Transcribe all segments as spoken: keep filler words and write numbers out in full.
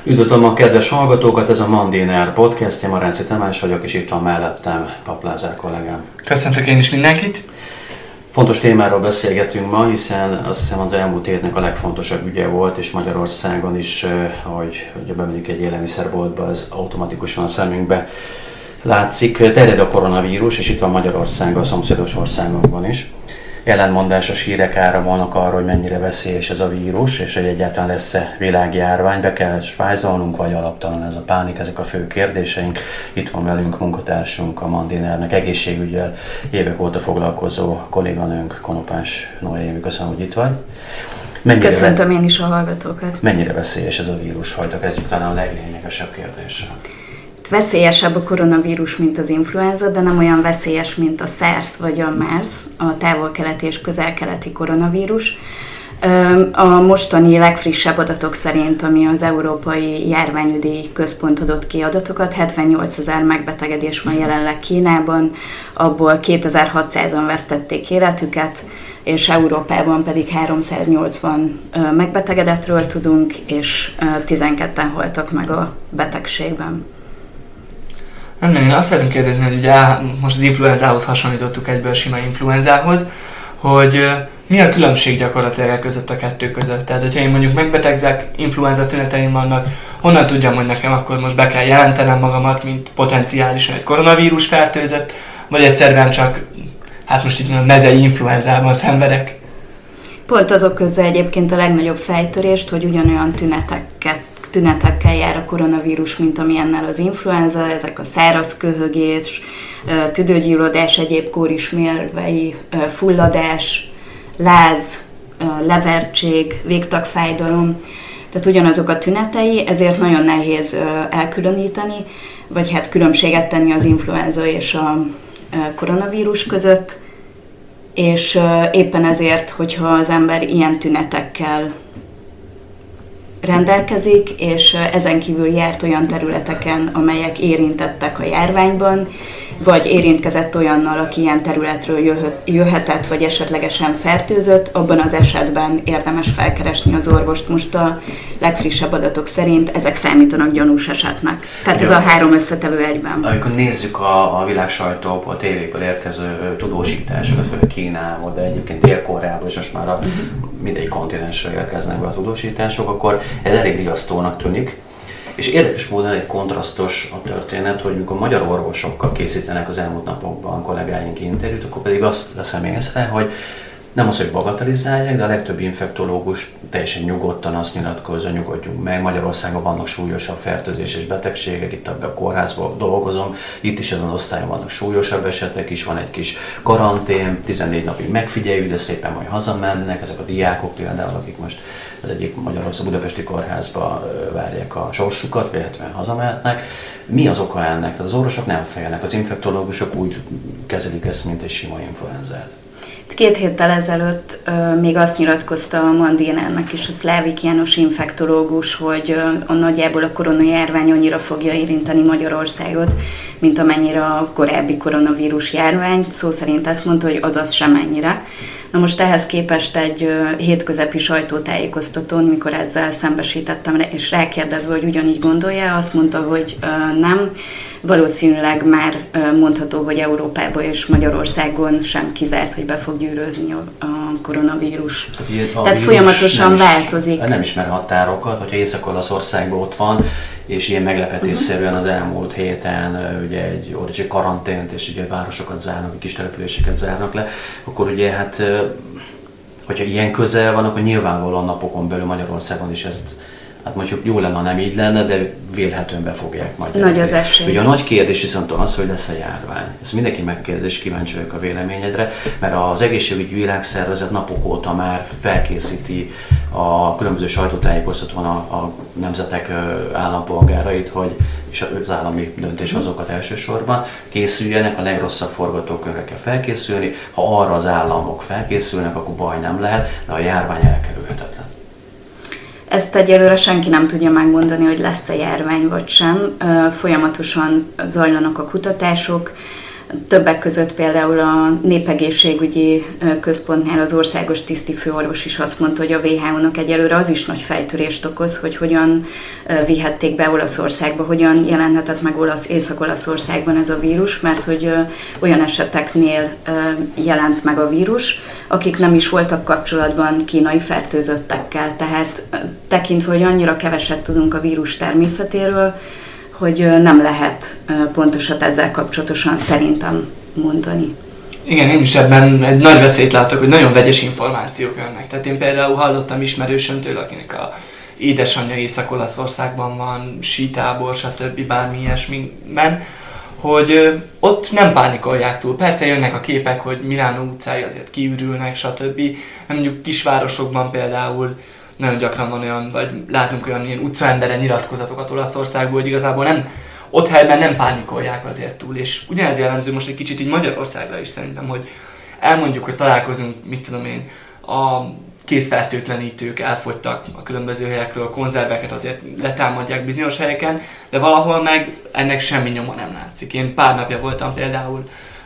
Üdvözlöm a kedves hallgatókat, ez a Mandiner podcastja, Marenci Tamás vagyok, és itt van mellettem Papp Lázár kollégám. Köszöntök én is mindenkit! Fontos témáról beszélgetünk ma, hiszen azt hiszem az elmúlt hétnek a legfontosabb ügye volt, és Magyarországon is, hogy, hogy bemegyünk egy élelmiszerboltba, ez automatikusan a szemünkbe látszik. Terjed a koronavírus, és itt van Magyarországon, a szomszédos országokban is. Ellenmondásos hírek áramolnak arról, hogy mennyire veszélyes ez a vírus, és hogy egyáltalán lesz-e világjárvány, be kell spájzolnunk, vagy alaptalan ez a pánik, ezek a fő kérdéseink. Itt van velünk munkatársunk, a Mandinernek egészségügyel évek óta foglalkozó kolléganőnk, Konopás Noémi. Köszönöm, hogy itt vagy. Mennyire Köszöntöm én is a hallgatókat. Mennyire veszélyes ez a vírusfajta? Kezdjük talán a leglényegesebb kérdéssel. Veszélyesebb a koronavírus, mint az influenza, de nem olyan veszélyes, mint a SARS vagy a MERS, a távol-keleti és közel-keleti koronavírus. A mostani legfrissebb adatok szerint, ami az Európai Járványügyi Központ adott ki adatokat, hetvennyolcezer megbetegedés van jelenleg Kínában, abból kétezer-hatszázan vesztették életüket, és Európában pedig háromszáznyolcvan megbetegedetről tudunk, és tizenketten haltak meg a betegségben. Nem, én azt szeretném kérdezni, hogy ugye most az influenzához hasonlítottuk egyből a sima influenzához, hogy mi a különbség gyakorlatilag között a kettő között? Tehát, hogyha én mondjuk megbetegzek, influenza tüneteim vannak, honnan tudjam, hogy nekem akkor most be kell jelentenem magamat, mint potenciálisan egy koronavírus fertőzött, vagy egyszerűen csak, hát most itt a mezei influenzában szenvedek? Pont azok közül egyébként a legnagyobb fejtörést, hogy ugyanolyan tüneteket tünetekkel jár a koronavírus, mint amilyennel az influenza, ezek a száraz köhögés, tüdőgyulladás, egyéb kórismérvei, fulladás, láz, levertség, végtagfájdalom, tehát ugyanazok a tünetei, ezért nagyon nehéz elkülöníteni, vagy hát különbséget tenni az influenza és a koronavírus között, és éppen ezért, hogyha az ember ilyen tünetekkel rendelkezik, és ezen kívül járt olyan területeken, amelyek érintettek a járványban, vagy érintkezett olyannal, aki ilyen területről jöhetett, vagy esetlegesen fertőzött, abban az esetben érdemes felkeresni az orvost. Most a legfrissebb adatok szerint ezek számítanak gyanús esetnek. Tehát ugye, ez a három összetevő egyben. Amikor nézzük a, a világsajtóból, a tévékből érkező tudósításokat, főleg Kínából, de egyébként Dél-Koreából, és most már a mindegyik kontinensről érkeznek be a tudósítások, akkor ez elég riasztónak tűnik. És érdekes módon egy kontrasztos a történet, hogy amikor magyar orvosokkal készítenek az elmúlt napokban kollégáink interjút, akkor pedig azt veszem észre, hogy nem az, hogy bagatelizálják, de a legtöbb infektológus teljesen nyugodtan azt nyilatkozza, nyugodjunk meg, Magyarországon vannak súlyosabb fertőzéses betegségek, itt a kórházban dolgozom, itt is ezen az osztályon vannak súlyosabb esetek is, van egy kis karantén, tizennégy napig megfigyeljük, de szépen majd hazamennek, ezek a diákok például, akik most az egyik Magyarország budapesti kórházba várják a sorsukat, véletlenül hazamehetnek. Mi az oka ennek? Tehát az orvosok nem félnek, az infektológusok úgy kezelik ezt, mint egy sima influenzát. Két héttel ezelőtt uh, még azt nyilatkozta a Mandinernek is a Szlávik János infektológus, hogy uh, a nagyjából a koronajárvány annyira fogja érinteni Magyarországot, mint amennyire a korábbi koronavírus járvány. Szó szerint azt mondta, hogy azaz sem ennyire. Na most ehhez képest egy uh, hétközepi sajtótájékoztatón, mikor ezzel szembesítettem, és rákérdezve, hogy ugyanígy gondolja, azt mondta, hogy uh, nem. Valószínűleg már uh, mondható, hogy Európában és Magyarországon sem kizárt, hogy be fog gyűrözni a, a koronavírus. A Tehát vírus folyamatosan nem változik. Is, nem ismer határokat, hogyha Észak-Olaszországban ott van, és ilyen meglepetésszerűen az elmúlt héten ugye egy óriási karantént, és ugye városokat zárnak, kis településeket zárnak le, akkor ugye hát, hogyha ilyen közel van, akkor nyilvánvalóan napokon belül Magyarországon is ezt, hát mondjuk jó lenne, ha nem így lenne, de vélhetően be fogják majd. Nagy az esély. Ugye a nagy kérdés viszont az, hogy lesz a járvány. Ezt mindenki megkérdez, kíváncsi vagyok a véleményedre, mert az Egészségügyi Világszervezet napok óta már felkészíti a különböző sajtótájékoztatón a, a nemzetek állampolgárait, hogy és az állami döntéshozokat elsősorban készüljenek, a legrosszabb forgatókörre kell felkészülni. Ha arra az államok felkészülnek, akkor baj nem lehet, de a járvány elkerülhetetlen. Ezt egyelőre senki nem tudja megmondani, hogy lesz-e járvány vagy sem. Folyamatosan zajlanak a kutatások. Többek között például a Népegészségügyi Központnál az országos tisztifőorvos is azt mondta, hogy a vé há ó-nak egyelőre az is nagy fejtörést okoz, hogy hogyan vihették be Olaszországba, hogyan jelenhetett meg Olasz, Észak-Olaszországban ez a vírus, mert hogy olyan eseteknél jelent meg a vírus, akik nem is voltak kapcsolatban kínai fertőzöttekkel. Tehát tekintve, hogy annyira keveset tudunk a vírus természetéről, hogy nem lehet pontosat ezzel kapcsolatosan szerintem mondani. Igen, én is ebben egy nagy veszélyt látok, hogy nagyon vegyes információk jönnek. Tehát én például hallottam ismerősömtől, akinek a édesanyja Észak-Olaszországban van, sítábor, stb. Bármi ilyesmiben, hogy ott nem pánikolják túl. Persze jönnek a képek, hogy Milánó utcái azért kiürülnek, stb. Mondjuk kisvárosokban például nagyon gyakran van olyan, vagy látunk olyan ilyen utcaembere nyilatkozatokat Olaszországból, hogy igazából nem, ott helyben nem pánikolják azért túl. És ugyanez jellemző most egy kicsit így Magyarországra is szerintem, hogy elmondjuk, hogy találkozunk, mit tudom én, a kézfertőtlenítők elfogytak a különböző helyekről, a konzerveket azért letámadják bizonyos helyeken, de valahol meg ennek semmi nyoma nem látszik. Én pár napja voltam például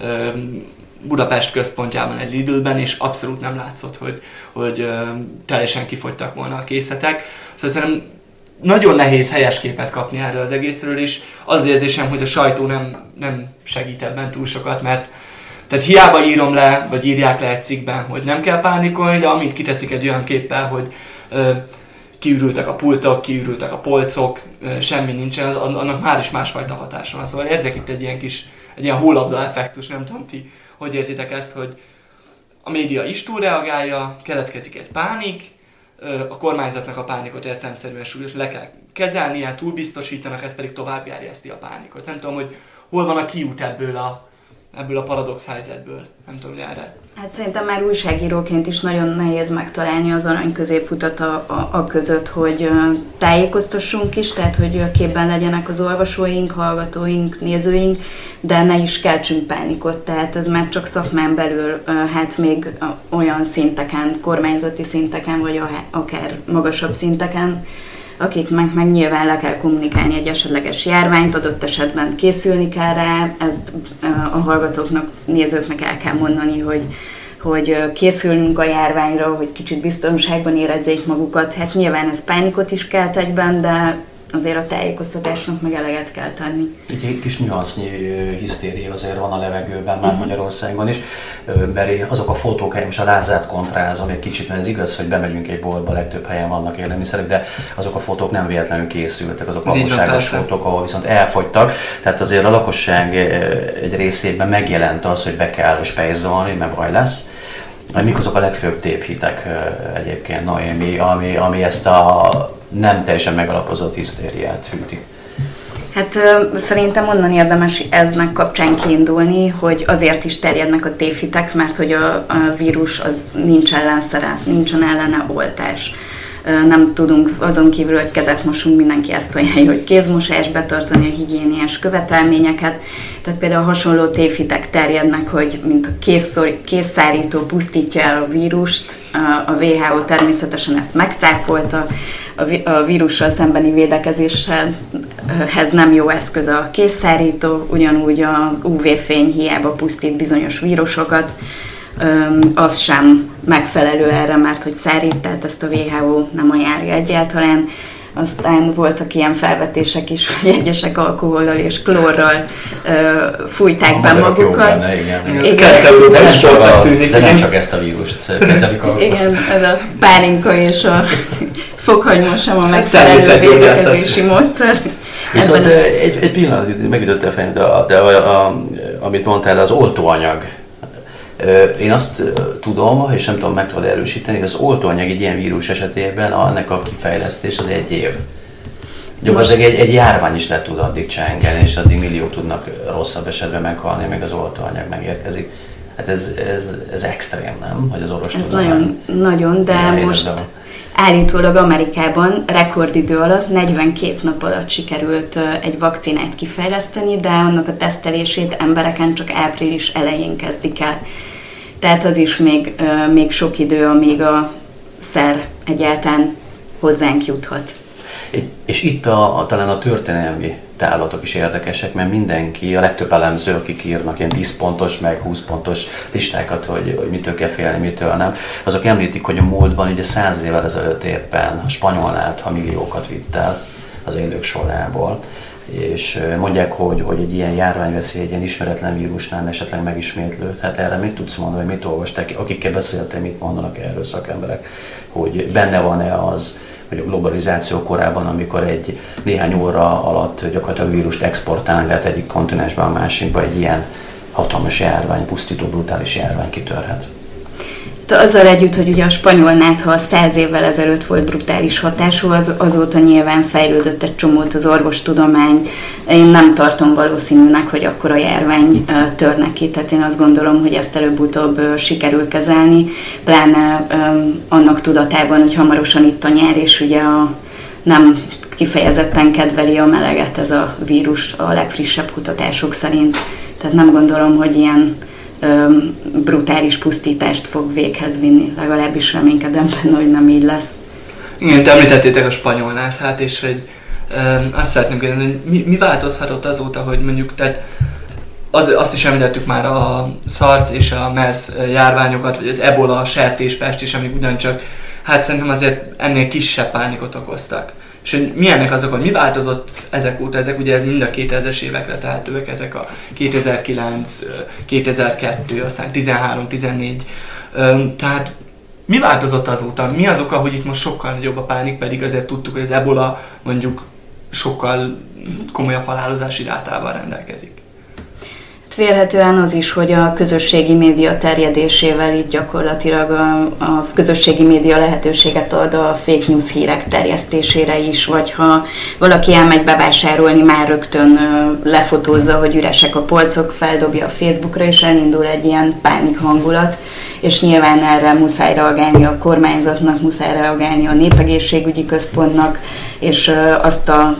Budapest központjában egy Lidlben, és abszolút nem látszott, hogy, hogy ö, teljesen kifogytak volna a készletek. Szóval szerintem nagyon nehéz helyes képet kapni erről az egészről, és az érzésem, hogy a sajtó nem, nem segít ebben túl sokat, mert tehát hiába írom le, vagy írják le egy cikkben, hogy nem kell pánikolni, de amint kiteszik egy olyan képpel, hogy ö, kiürültek a pultok, kiürültek a polcok, ö, semmi nincsen, az, annak már is másfajta hatása van. Szóval érzek itt egy ilyen kis, egy ilyen hólabda effektus, nem tudom ti, hogy érzitek ezt, hogy a média is túlreagálja, keletkezik egy pánik, a kormányzatnak a pánikot értelemszerűen súlyos le kell kezelnie, túlbiztosítanak, ez pedig tovább gerjeszti a pánikot. Nem tudom, hogy hol van a kiút ebből a, ebből a paradox helyzetből. Nem tudom, hogy erre. Hát szerintem már újságíróként is nagyon nehéz megtalálni az arany középutat a, a, a között, hogy tájékoztassunk is, tehát hogy képben legyenek az olvasóink, hallgatóink, nézőink, de ne is keltsünk pánikot, tehát ez már csak szakmán belül, hát még olyan szinteken, kormányzati szinteken, vagy akár magasabb szinteken, akiknek meg nyilván le kell kommunikálni egy esetleges járványt, adott esetben készülni kell rá, ezt a hallgatóknak, nézőknek el kell mondani, hogy, hogy készülünk a járványra, hogy kicsit biztonságban érezzék magukat. Hát nyilván ez pánikot is kelt egyben, de azért a tájékoztatásnak meg eleget kell tenni. Egy, egy kis nüansznyi hisztéria azért van a levegőben már uh-huh. Magyarországon is. Beri, azok a fotók, most a Lázár kontráz, ami egy kicsit, mert ez igaz, hogy bemegyünk egy boltba, legtöbb helyen vannak élelmiszerek, de azok a fotók nem véletlenül készültek, azok a lakosságos fotók, ahol viszont elfogytak. Tehát azért a lakosság egy részében megjelent az, hogy be kell spejzolni, mert baj lesz. Mik azok a legfőbb tévhitek egyébként, Noémi, ami, ami ezt a nem teljesen megalapozott hisztériát fűti? Hát ö, szerintem onnan érdemes eznek kapcsán kiindulni, hogy azért is terjednek a tévhitek, mert hogy a, a vírus az nincs ellenszere, nincsen ellene oltás. Ö, nem tudunk azon kívül, hogy kezet mosunk, mindenki ezt ajánlja, hogy kézmosás, betartani a higiéniás követelményeket. Tehát például hasonló tévhitek terjednek, hogy mint a készszor, készszárító pusztítja el a vírust, a vé há ó természetesen ezt megcáfolta, a vírussal szembeni védekezéshez nem jó eszköz a készszárító, ugyanúgy a ú vé-fény hiába pusztít bizonyos vírusokat, az sem megfelelő erre, mert hogy szárít, tehát ezt a vé há ó nem ajánlja egyáltalán. Aztán voltak ilyen felvetések is, hogy egyesek alkohollal és klórral uh, fújták ah, be magukat. Benne, igen. Igen. Igen. De, nem csak a, de nem csak ezt a vírust kezelik. A... Igen, ez a pálinka és a fokhagymon sem a megfelelő védekezési módszer. Viszont az... egy, egy pillanat, megütötte a fejem, de, a, de a, a, amit mondtál, az oltóanyag. Én azt tudom, és nem tudom, meg tudod erősíteni, hogy az oltóanyag egy ilyen vírus esetében ennek a kifejlesztés az egy év. Gyakorlatilag egy, egy járvány is le tud addig csengeni, és addig milliók tudnak rosszabb esetben meghalni, még az oltóanyag megérkezik. Hát ez, ez, ez extrém, nem? Hogy az orvos ez nagyon, nagyon, de most van. Állítólag Amerikában rekordidő alatt, negyvenkét nap alatt sikerült egy vakcinát kifejleszteni, de annak a tesztelését embereken csak április elején kezdik el. Tehát az is még, még sok idő, amíg a szer egyáltalán hozzánk juthat. És itt a, a, talán a történelmi távlatok is érdekesek, mert mindenki, a legtöbb elemző, akik írnak ilyen tíz pontos, meg húsz pontos listákat, hogy, hogy mitől kell félni, mitől nem, azok említik, hogy a múltban, ugye száz évvel ezelőtt éppen a spanyolnál, ha milliókat vitt el az élők sorából, és mondják, hogy, hogy egy ilyen járványveszély, egy ilyen ismeretlen vírusnál esetleg megismétlődhet. Hát erre mit tudsz mondani, hogy mit olvasták, akikkel beszéltél, mit mondanak erről szakemberek, hogy benne van-e az, hogy a globalizáció korában, amikor egy néhány óra alatt gyakorlatilag a vírust exportálni lehet egyik kontinensben a másikba, egy ilyen hatalmas járvány, pusztító, brutális járvány kitörhet. Azzal együtt, hogy ugye a spanyol nátha száz évvel ezelőtt volt brutális hatású, az, azóta nyilván fejlődött egy csomót az orvostudomány. Én nem tartom valószínűnek, hogy akkor a járvány uh, törne ki, tehát én azt gondolom, hogy ezt előbb-utóbb uh, sikerül kezelni, pláne um, annak tudatában, hogy hamarosan itt a nyár, és ugye a nem kifejezetten kedveli a meleget ez a vírus a legfrissebb kutatások szerint. Tehát nem gondolom, hogy ilyen brutális pusztítást fog véghez vinni, legalábbis reménykedem benne, hogy nem így lesz. Igen, te említettétek a spanyol náthát, és hogy um, azt szeretném kérdezni, hogy mi, mi változhatott azóta, hogy mondjuk, tehát az, azt is említettük már a SARS és a MERS járványokat, vagy az ebola, a sertéspest is, amik ugyancsak, hát szerintem azért ennél kisebb pánikot okoztak. És hogy milyennek azok, hogy mi változott ezek óta, ezek ugye ez mind a kétezres évekre tehetőek, ezek a kétezer-kilenc, kétezer-kettő, aztán tizenhárom, tizennégy. Tehát mi változott azóta? Mi az oka, hogy itt most sokkal nagyobb a pánik, pedig azért tudtuk, hogy az ebola mondjuk sokkal komolyabb halálozási rátával rendelkezik? Vélhetően az is, hogy a közösségi média terjedésével itt gyakorlatilag a, a közösségi média lehetőséget ad a fake news hírek terjesztésére is, vagy ha valaki elmegy bevásárolni, már rögtön lefotózza, hogy üresek a polcok, feldobja a Facebookra, és elindul egy ilyen pánik hangulat, és nyilván erre muszáj reagálni a kormányzatnak, muszáj reagálni a népegészségügyi központnak, és azt a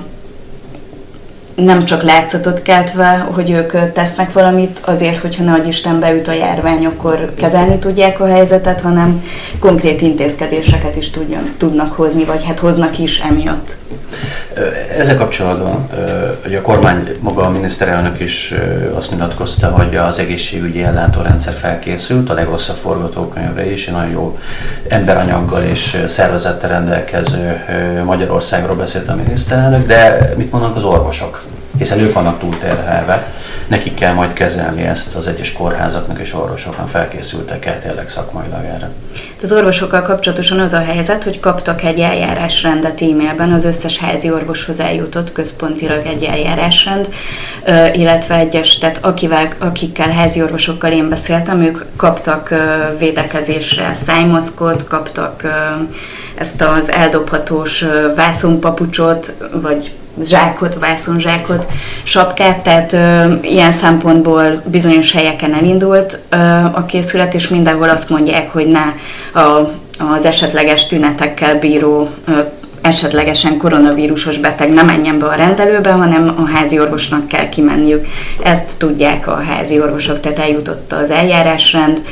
nem csak látszatot keltve, hogy ők tesznek valamit azért, hogyha nagy Isten beüt a járvány, akkor kezelni tudják a helyzetet, hanem konkrét intézkedéseket is tudjon, tudnak hozni, vagy hát hoznak is emiatt. Ezzel kapcsolatban hogy a kormány, maga a miniszterelnök is azt nyilatkozta, hogy az egészségügyi ellátórendszer felkészült a legrosszabb forgatókönyvre is, egy nagyon jó emberanyaggal és szervezettel rendelkező Magyarországról beszélt a miniszterelnök, de mit mondanak az orvosok? Hiszen ők vannak túlterhelve, nekik kell majd kezelni ezt, az egyes kórházaknak és orvosoknak felkészültek el tényleg szakmailag erre. Az orvosokkal kapcsolatosan az a helyzet, hogy kaptak egy eljárásrendet e-mailben, az összes házi orvoshoz eljutott központilag egy eljárásrend, illetve egyes, tehát akivel, akikkel házi orvosokkal én beszéltem, ők kaptak védekezésre szájmaszkot, kaptak ezt az eldobhatós vászonpapucsot, vagy zsákot, vászonzsákot, sapkát, tehát ö, ilyen szempontból bizonyos helyeken elindult ö, a készület, és mindenhol azt mondják, hogy ne a, az esetleges tünetekkel bíró ö, esetlegesen koronavírusos beteg ne menjen be a rendelőbe, hanem a házi orvosnak kell kimenniük. Ezt tudják a házi orvosok, tehát eljutott az eljárásrend.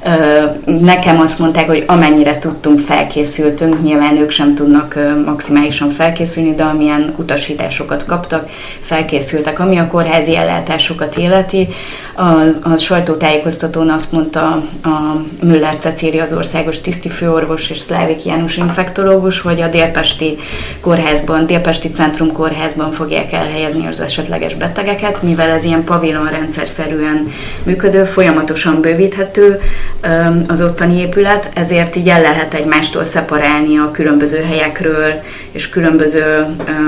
Nekem azt mondták, hogy amennyire tudtunk, felkészültünk, nyilván ők sem tudnak maximálisan felkészülni, de amilyen utasításokat kaptak, felkészültek. Ami a kórházi ellátásokat illeti, a, a sajtótájékoztatón azt mondta a Müller Cecília, az országos tisztifőorvos és Szlávik János infektológus, hogy a délpesti kórházban, délpesti centrum kórházban fogják elhelyezni az esetleges betegeket, mivel ez ilyen pavilonrendszerszerűen működő, folyamatosan bővíthető az ottani épület, ezért így el lehet egymástól szeparálni a különböző helyekről, és különböző,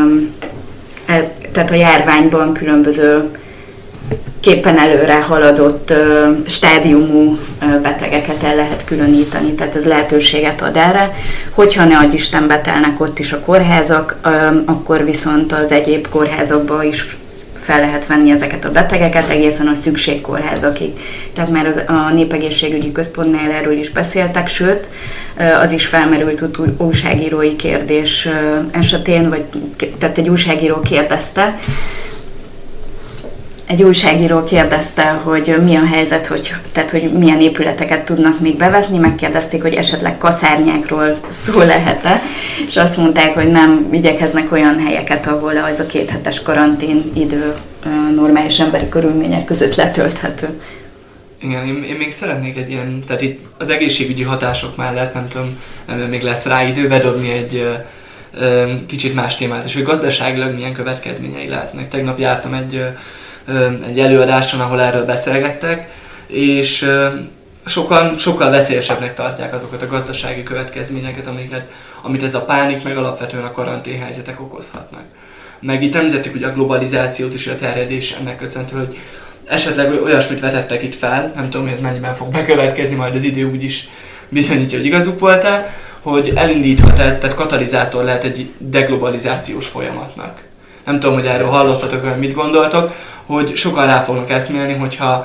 tehát a járványban különböző képpen előre haladott stádiumú betegeket el lehet különíteni, tehát ez lehetőséget ad erre. Hogyha ne adj Isten betelnek ott is a kórházak, akkor viszont az egyéb kórházakba is fel lehet venni ezeket a betegeket egészen a szükségkórházakig. Tehát már az, a Népegészségügyi Központnál erről is beszéltek, sőt, az is felmerült újságírói kérdés esetén, vagy tehát egy újságíró kérdezte egy újságíró kérdezte, hogy mi a helyzet, hogy, tehát hogy milyen épületeket tudnak még bevetni, megkérdezték, hogy esetleg kaszárnyákról szó lehet-e, és azt mondták, hogy nem, igyekeznek olyan helyeket, ahol az a kéthetes karantén idő normális emberi körülmények között letölthető. Igen, én, én még szeretnék egy ilyen, tehát itt az egészségügyi hatások mellett, nem tudom, nem, még lesz rá idő bedobni egy ö, ö, kicsit más témát, és hogy gazdaságilag milyen következményei lehetnek. Tegnap jártam egy, ö, egy előadáson, ahol erről beszélgettek, és ö, sokan, sokkal veszélyesebbnek tartják azokat a gazdasági következményeket, amiket, amit ez a pánik, meg alapvetően a karanténhelyzetek okozhatnak. Meg itt említettük ugye a globalizációt és a terjedés ennek köszönhető, hogy esetleg olyasmit vetettek itt fel, nem tudom, hogy ez mennyiben fog bekövetkezni, majd az idő úgyis bizonyítja, hogy igazuk volt-e, hogy elindíthat ez, tehát katalizátor lehet egy deglobalizációs folyamatnak. Nem tudom, hogy erről hallottatok, hogy mit gondoltok, hogy sokan rá fognak eszmélni, hogyha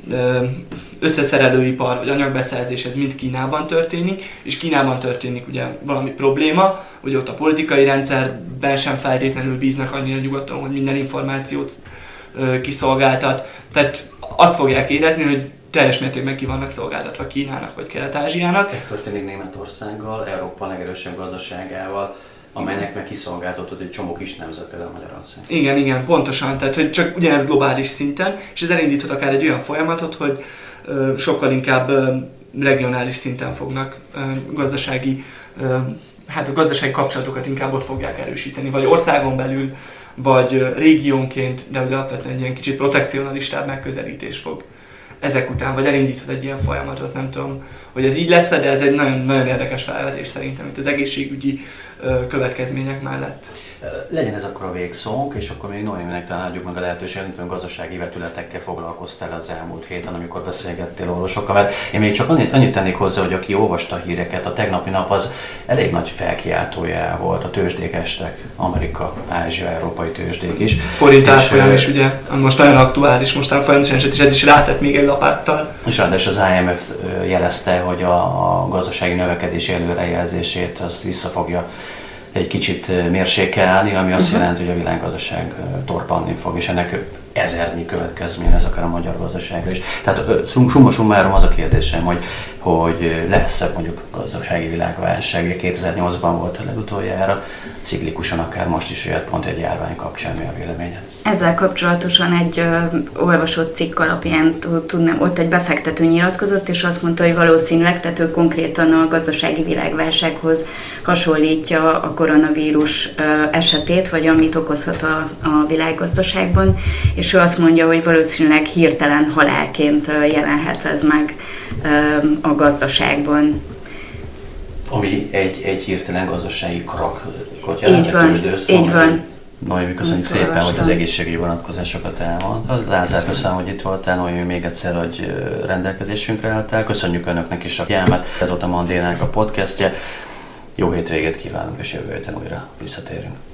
összeszerelőipar vagy anyagbeszerzés ez mind Kínában történik, és Kínában történik ugye valami probléma, hogy ott a politikai rendszerben sem feltétlenül bíznak annyira nyugodtan, hogy minden információt kiszolgáltat. Tehát azt fogják érezni, hogy teljes mértékben ki vannak szolgáltatva Kínának vagy Kelet-Ázsiának. Ez történik Németországgal, Európa legerősebb gazdaságával, amelynek meg kiszolgáltatott egy csomó kis nemzet, például Magyarország. Igen, igen, pontosan. Tehát, hogy csak ugyanez globális szinten, és ez elindíthat akár egy olyan folyamatot, hogy ö, sokkal inkább ö, regionális szinten fognak ö, gazdasági, ö, hát a gazdasági kapcsolatokat inkább ott fogják erősíteni, vagy országon belül, vagy régiónként, de alapvetően egy ilyen kicsit protekcionalistább megközelítés fog ezek után, vagy elindíthat egy ilyen folyamatot, nem tudom, hogy ez így lesz, de ez egy nagyon, nagyon érdekes felvetés szerintem itt az egészségügyi ö, következmények mellett. Legyen ez akkor a végszónk, és akkor még Noéminek talán adjuk meg a lehetőséget, hogy gazdasági vetületekkel foglalkoztál az elmúlt héten, amikor beszélgettél orvosokkal, mert én még csak annyit, annyit tennék hozzá, hogy aki olvasta a híreket, a tegnapi nap az elég nagy felkiáltója volt, a tőzsdék estek, Amerika, Ázsia, európai tőzsdék is. Forint árfolyam is ugye, most nagyon aktuális, mostan folyamatosan esett, és ez is rátett még egy lapáttal. És ráadásul az I M F jelezte, hogy a, a gazdasági növekedés előrejelzését azt vissza fogja egy kicsit mérsékelni, ami azt jelenti, hogy a világgazdaság torpanni fog, és ennek ezernyi következmény ez akár a magyar gazdaságra is. Tehát summa summarum az a kérdésem, hogy, hogy lesz-e mondjuk gazdasági világválság, kétezer-nyolcban volt a legutoljára, ciklikusan akár most is jöhet pont egy járvány kapcsán, mi a véleményed? Ezzel kapcsolatosan egy ö, olvasott cikk alapján tudnám, ott egy befektető nyilatkozott, és azt mondta, hogy valószínűleg, tehát ő konkrétan a gazdasági világválsághoz hasonlítja a koronavírus ö, esetét, vagy amit okozhat a, a világgazdaságban, és ő azt mondja, hogy valószínűleg hirtelen halálként ö, jelenhet ez meg ö, a gazdaságban. Ami egy, egy hirtelen gazdasági krakot jelent. Így van, így van. Noémi, köszönjük szépen, olvastam, hogy az egészségügyi vonatkozásokat elmondtad. Lázár, köszönöm, hogy itt voltál. Noémi, még egyszer, hogy rendelkezésünkre álltál. Köszönjük önöknek is a figyelmet. Ez volt a Mandénának a podcastje. Jó hétvégét kívánunk, és jövő héten újra visszatérünk.